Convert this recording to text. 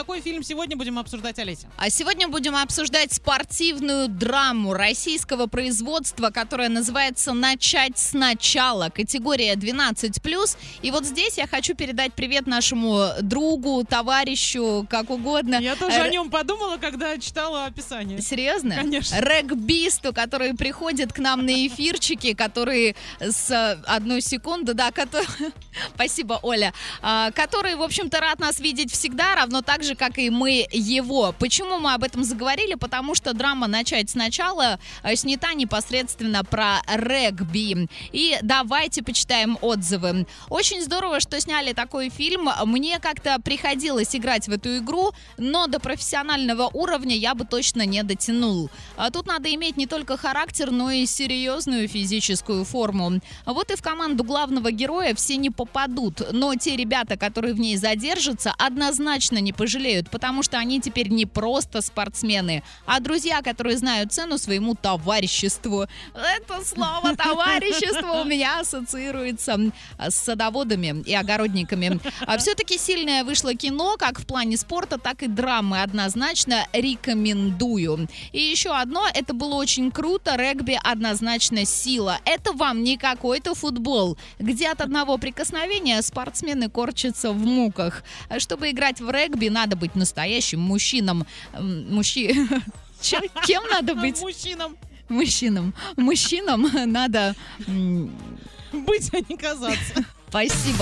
какой фильм сегодня будем обсуждать, Олеся? А сегодня будем обсуждать спортивную драму российского производства, которая называется «Начать сначала», категория 12+. И вот здесь я хочу передать привет нашему другу, товарищу, как угодно. Я тоже о нем подумала, когда читала описание. Серьезно? Конечно. Регбисту, который приходит к нам на эфирчики, который с одну секунду, да, который... Спасибо, Оля. Который, в общем-то, рад нас видеть всегда, равно так же, как и мы его. Почему мы об этом заговорили? Потому что драма «Начать сначала» снята непосредственно про регби. И давайте почитаем отзывы. Очень здорово, что сняли такой фильм. Мне как-то приходилось играть в эту игру, но до профессионального уровня я бы точно не дотянул. Тут надо иметь не только характер, но и серьезную физическую форму. Вот и в команду главного героя все не попадут, но те ребята, которые в ней задержатся, однозначно не пожалеют, потому что они теперь не просто спортсмены, а друзья, которые знают цену своему товариществу. Это слово «товарищество» у меня ассоциируется с садоводами и огородниками. Все-таки сильное вышло кино, как в плане спорта, так и драмы. Однозначно рекомендую. И еще одно, это было очень круто. Регби однозначно сила. Это вам не какой-то футбол, где от одного прикосновения спортсмены корчатся в муках. Чтобы играть в регби, надо быть настоящим мужчином. Кем надо быть? Мужчинам. Мужчинам надо... Быть, а не казаться. Спасибо.